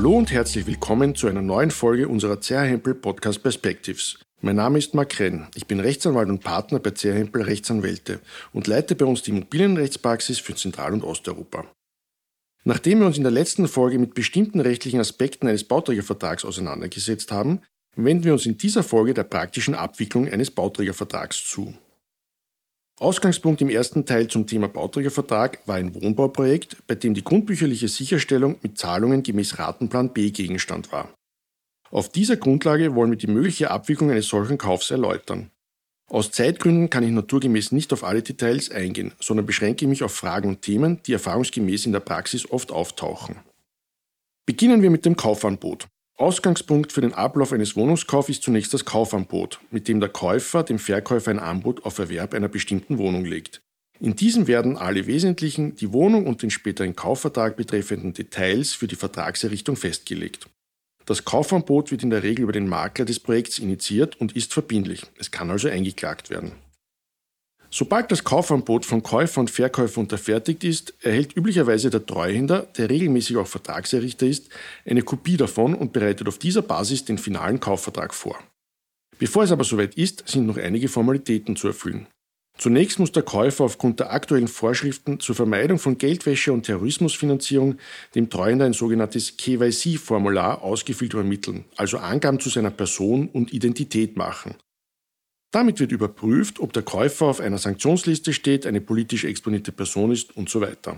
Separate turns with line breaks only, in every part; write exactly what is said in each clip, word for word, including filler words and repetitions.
Hallo und herzlich willkommen zu einer neuen Folge unserer Zerr-Hempel Podcast Perspectives. Mein Name ist Marc Renn. Ich bin Rechtsanwalt und Partner bei Zerr-Hempel Rechtsanwälte und leite bei uns die Immobilienrechtspraxis für Zentral- und Osteuropa. Nachdem wir uns in der letzten Folge mit bestimmten rechtlichen Aspekten eines Bauträgervertrags auseinandergesetzt haben, wenden wir uns in dieser Folge der praktischen Abwicklung eines Bauträgervertrags zu. Ausgangspunkt im ersten Teil zum Thema Bauträgervertrag war ein Wohnbauprojekt, bei dem die grundbücherliche Sicherstellung mit Zahlungen gemäß Ratenplan B Gegenstand war. Auf dieser Grundlage wollen wir die mögliche Abwicklung eines solchen Kaufs erläutern. Aus Zeitgründen kann ich naturgemäß nicht auf alle Details eingehen, sondern beschränke mich auf Fragen und Themen, die erfahrungsgemäß in der Praxis oft auftauchen. Beginnen wir mit dem Kaufangebot. Ausgangspunkt für den Ablauf eines Wohnungskaufs ist zunächst das Kaufangebot, mit dem der Käufer dem Verkäufer ein Angebot auf Erwerb einer bestimmten Wohnung legt. In diesem werden alle wesentlichen, die Wohnung und den späteren Kaufvertrag betreffenden Details für die Vertragserrichtung festgelegt. Das Kaufangebot wird in der Regel über den Makler des Projekts initiiert und ist verbindlich. Es kann also eingeklagt werden. Sobald das Kaufangebot von Käufer und Verkäufer unterfertigt ist, erhält üblicherweise der Treuhänder, der regelmäßig auch Vertragserrichter ist, eine Kopie davon und bereitet auf dieser Basis den finalen Kaufvertrag vor. Bevor es aber soweit ist, sind noch einige Formalitäten zu erfüllen. Zunächst muss der Käufer aufgrund der aktuellen Vorschriften zur Vermeidung von Geldwäsche und Terrorismusfinanzierung dem Treuhänder ein sogenanntes K Y C-Formular ausgefüllt übermitteln, also Angaben zu seiner Person und Identität machen. Damit wird überprüft, ob der Käufer auf einer Sanktionsliste steht, eine politisch exponierte Person ist und so weiter.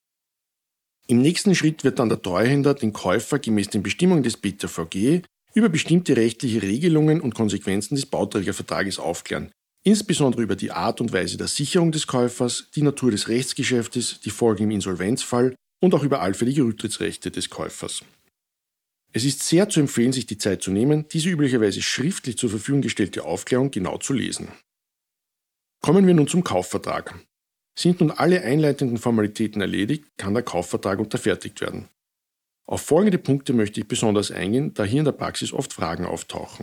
Im nächsten Schritt wird dann der Treuhänder den Käufer gemäß den Bestimmungen des B T V G über bestimmte rechtliche Regelungen und Konsequenzen des Bauträgervertrages aufklären, insbesondere über die Art und Weise der Sicherung des Käufers, die Natur des Rechtsgeschäftes, die Folgen im Insolvenzfall und auch über allfällige Rücktrittsrechte des Käufers. Es ist sehr zu empfehlen, sich die Zeit zu nehmen, diese üblicherweise schriftlich zur Verfügung gestellte Aufklärung genau zu lesen. Kommen wir nun zum Kaufvertrag. Sind nun alle einleitenden Formalitäten erledigt, kann der Kaufvertrag unterfertigt werden. Auf folgende Punkte möchte ich besonders eingehen, da hier in der Praxis oft Fragen auftauchen.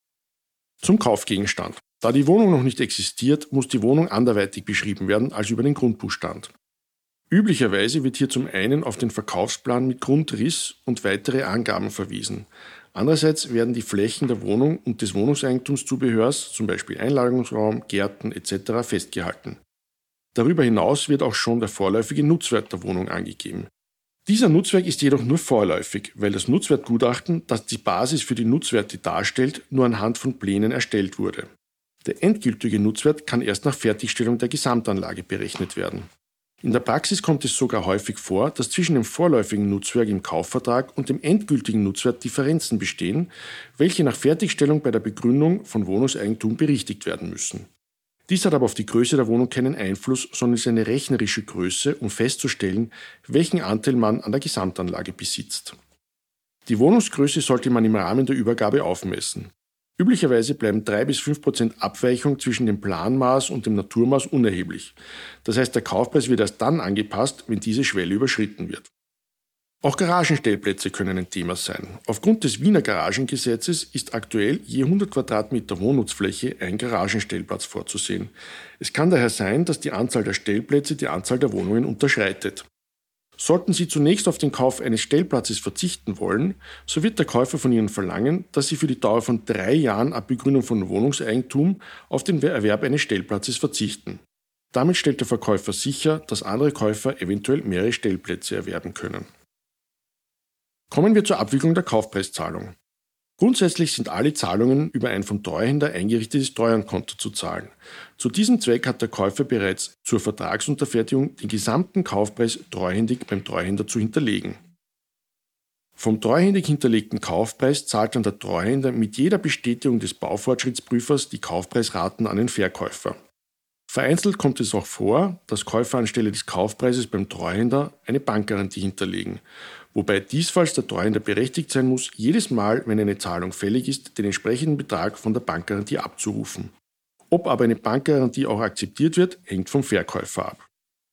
Zum Kaufgegenstand. Da die Wohnung noch nicht existiert, muss die Wohnung anderweitig beschrieben werden als über den Grundbuchstand. Üblicherweise wird hier zum einen auf den Verkaufsplan mit Grundriss und weitere Angaben verwiesen. Andererseits werden die Flächen der Wohnung und des Wohnungseigentumszubehörs, zum Beispiel Einlagerungsraum, Gärten et cetera, festgehalten. Darüber hinaus wird auch schon der vorläufige Nutzwert der Wohnung angegeben. Dieser Nutzwert ist jedoch nur vorläufig, weil das Nutzwertgutachten, das die Basis für die Nutzwerte darstellt, nur anhand von Plänen erstellt wurde. Der endgültige Nutzwert kann erst nach Fertigstellung der Gesamtanlage berechnet werden. In der Praxis kommt es sogar häufig vor, dass zwischen dem vorläufigen Nutzwert im Kaufvertrag und dem endgültigen Nutzwert Differenzen bestehen, welche nach Fertigstellung bei der Begründung von Wohnungseigentum berichtigt werden müssen. Dies hat aber auf die Größe der Wohnung keinen Einfluss, sondern ist eine rechnerische Größe, um festzustellen, welchen Anteil man an der Gesamtanlage besitzt. Die Wohnungsgröße sollte man im Rahmen der Übergabe aufmessen. Üblicherweise bleiben drei bis fünf Prozent Abweichung zwischen dem Planmaß und dem Naturmaß unerheblich. Das heißt, der Kaufpreis wird erst dann angepasst, wenn diese Schwelle überschritten wird. Auch Garagenstellplätze können ein Thema sein. Aufgrund des Wiener Garagengesetzes ist aktuell je hundert Quadratmeter Wohnnutzfläche ein Garagenstellplatz vorzusehen. Es kann daher sein, dass die Anzahl der Stellplätze die Anzahl der Wohnungen unterschreitet. Sollten Sie zunächst auf den Kauf eines Stellplatzes verzichten wollen, so wird der Käufer von Ihnen verlangen, dass Sie für die Dauer von drei Jahren ab Begründung von Wohnungseigentum auf den Erwerb eines Stellplatzes verzichten. Damit stellt der Verkäufer sicher, dass andere Käufer eventuell mehrere Stellplätze erwerben können. Kommen wir zur Abwicklung der Kaufpreiszahlung. Grundsätzlich sind alle Zahlungen über ein vom Treuhänder eingerichtetes Treuhandkonto zu zahlen. Zu diesem Zweck hat der Käufer bereits zur Vertragsunterfertigung den gesamten Kaufpreis treuhändig beim Treuhänder zu hinterlegen. Vom treuhändig hinterlegten Kaufpreis zahlt dann der Treuhänder mit jeder Bestätigung des Baufortschrittsprüfers die Kaufpreisraten an den Verkäufer. Vereinzelt kommt es auch vor, dass Käufer anstelle des Kaufpreises beim Treuhänder eine Bankgarantie hinterlegen, wobei diesfalls der Treuhänder berechtigt sein muss, jedes Mal, wenn eine Zahlung fällig ist, den entsprechenden Betrag von der Bankgarantie abzurufen. Ob aber eine Bankgarantie auch akzeptiert wird, hängt vom Verkäufer ab.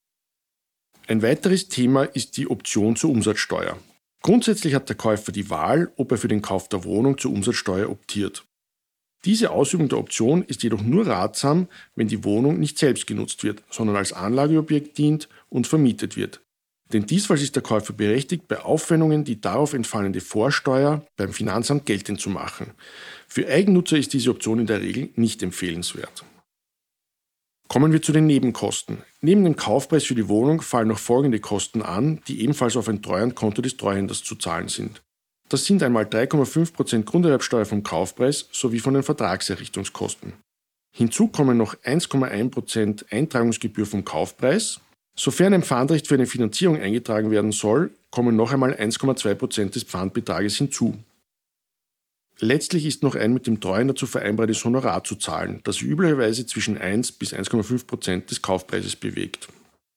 Ein weiteres Thema ist die Option zur Umsatzsteuer. Grundsätzlich hat der Käufer die Wahl, ob er für den Kauf der Wohnung zur Umsatzsteuer optiert. Diese Ausübung der Option ist jedoch nur ratsam, wenn die Wohnung nicht selbst genutzt wird, sondern als Anlageobjekt dient und vermietet wird. Denn diesfalls ist der Käufer berechtigt, bei Aufwendungen die darauf entfallende Vorsteuer beim Finanzamt geltend zu machen. Für Eigennutzer ist diese Option in der Regel nicht empfehlenswert. Kommen wir zu den Nebenkosten. Neben dem Kaufpreis für die Wohnung fallen noch folgende Kosten an, die ebenfalls auf ein Treuhandkonto des Treuhänders zu zahlen sind. Das sind einmal drei Komma fünf Prozent Grunderwerbsteuer vom Kaufpreis sowie von den Vertragserrichtungskosten. Hinzu kommen noch eins Komma eins Prozent Eintragungsgebühr vom Kaufpreis. Sofern ein Pfandrecht für eine Finanzierung eingetragen werden soll, kommen noch einmal eins Komma zwei Prozent des Pfandbetrages hinzu. Letztlich ist noch ein mit dem Treuhänder zu vereinbartes Honorar zu zahlen, das sich üblicherweise zwischen eins bis eins Komma fünf Prozent des Kaufpreises bewegt.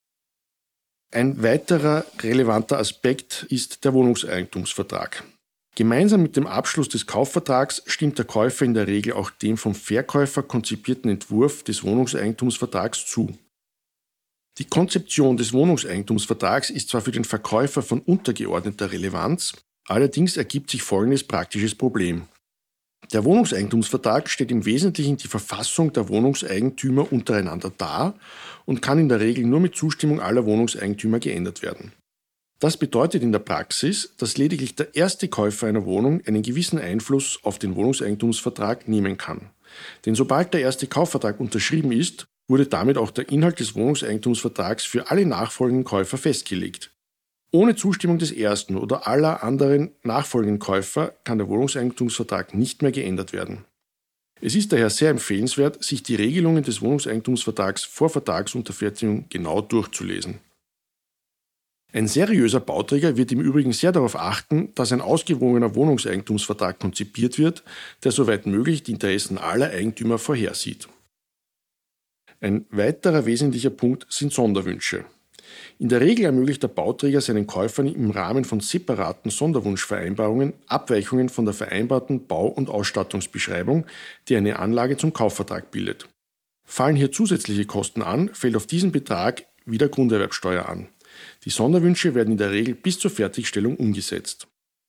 Ein weiterer relevanter Aspekt ist der Wohnungseigentumsvertrag. Gemeinsam mit dem Abschluss des Kaufvertrags stimmt der Käufer in der Regel auch dem vom Verkäufer konzipierten Entwurf des Wohnungseigentumsvertrags zu. Die Konzeption des Wohnungseigentumsvertrags ist zwar für den Verkäufer von untergeordneter Relevanz, allerdings ergibt sich folgendes praktisches Problem. Der Wohnungseigentumsvertrag stellt im Wesentlichen die Verfassung der Wohnungseigentümer untereinander dar und kann in der Regel nur mit Zustimmung aller Wohnungseigentümer geändert werden. Das bedeutet in der Praxis, dass lediglich der erste Käufer einer Wohnung einen gewissen Einfluss auf den Wohnungseigentumsvertrag nehmen kann. Denn sobald der erste Kaufvertrag unterschrieben ist, wurde damit auch der Inhalt des Wohnungseigentumsvertrags für alle nachfolgenden Käufer festgelegt. Ohne Zustimmung des ersten oder aller anderen nachfolgenden Käufer kann der Wohnungseigentumsvertrag nicht mehr geändert werden. Es ist daher sehr empfehlenswert, sich die Regelungen des Wohnungseigentumsvertrags vor Vertragsunterfertigung genau durchzulesen. Ein seriöser Bauträger wird im Übrigen sehr darauf achten, dass ein ausgewogener Wohnungseigentumsvertrag konzipiert wird, der soweit möglich die Interessen aller Eigentümer vorhersieht. Ein weiterer wesentlicher Punkt sind Sonderwünsche. In der Regel ermöglicht der Bauträger seinen Käufern im Rahmen von separaten Sonderwunschvereinbarungen Abweichungen von der vereinbarten Bau- und Ausstattungsbeschreibung, die eine Anlage zum Kaufvertrag bildet. Fallen hier zusätzliche Kosten an, fällt auf diesen Betrag wieder Grunderwerbsteuer an. Die Sonderwünsche werden in der Regel bis zur Fertigstellung umgesetzt.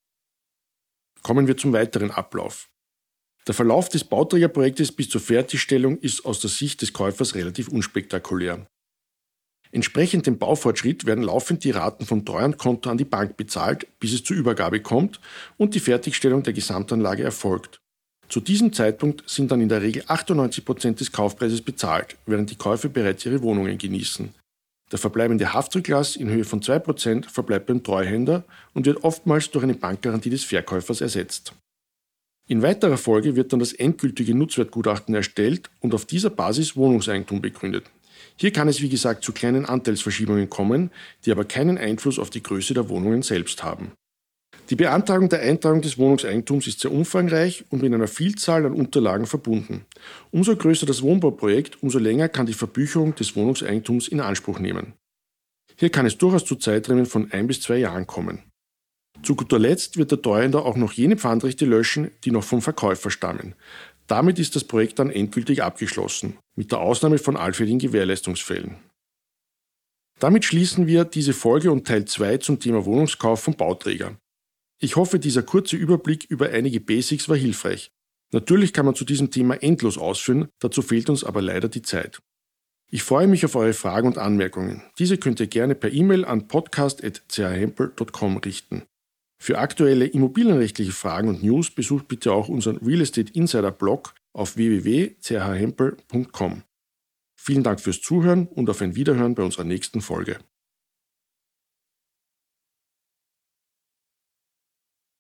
Kommen wir zum weiteren Ablauf. Der Verlauf des Bauträgerprojektes bis zur Fertigstellung ist aus der Sicht des Käufers relativ unspektakulär. Entsprechend dem Baufortschritt werden laufend die Raten vom Treuhandkonto an die Bank bezahlt, bis es zur Übergabe kommt und die Fertigstellung der Gesamtanlage erfolgt. Zu diesem Zeitpunkt sind dann in der Regel achtundneunzig Prozent des Kaufpreises bezahlt, während die Käufer bereits ihre Wohnungen genießen. Der verbleibende Haftrücklass in Höhe von zwei Prozent verbleibt beim Treuhänder und wird oftmals durch eine Bankgarantie des Verkäufers ersetzt. In weiterer Folge wird dann das endgültige Nutzwertgutachten erstellt und auf dieser Basis Wohnungseigentum begründet. Hier kann es wie gesagt zu kleinen Anteilsverschiebungen kommen, die aber keinen Einfluss auf die Größe der Wohnungen selbst haben. Die Beantragung der Eintragung des Wohnungseigentums ist sehr umfangreich und mit einer Vielzahl an Unterlagen verbunden. Umso größer das Wohnbauprojekt, umso länger kann die Verbücherung des Wohnungseigentums in Anspruch nehmen. Hier kann es durchaus zu Zeiträumen von ein bis zwei Jahren kommen. Zu guter Letzt wird der Treuhänder auch noch jene Pfandrechte löschen, die noch vom Verkäufer stammen. Damit ist das Projekt dann endgültig abgeschlossen, mit der Ausnahme von allfälligen Gewährleistungsfällen. Damit schließen wir diese Folge und Teil zwei zum Thema Wohnungskauf vom Bauträger. Ich hoffe, dieser kurze Überblick über einige Basics war hilfreich. Natürlich kann man zu diesem Thema endlos ausführen, dazu fehlt uns aber leider die Zeit. Ich freue mich auf eure Fragen und Anmerkungen. Diese könnt ihr gerne per E-Mail an podcast at c h hempel punkt com richten. Für aktuelle immobilienrechtliche Fragen und News besucht bitte auch unseren Real Estate Insider Blog auf w w w punkt c h hempel punkt com. Vielen Dank fürs Zuhören und auf ein Wiederhören bei unserer nächsten Folge.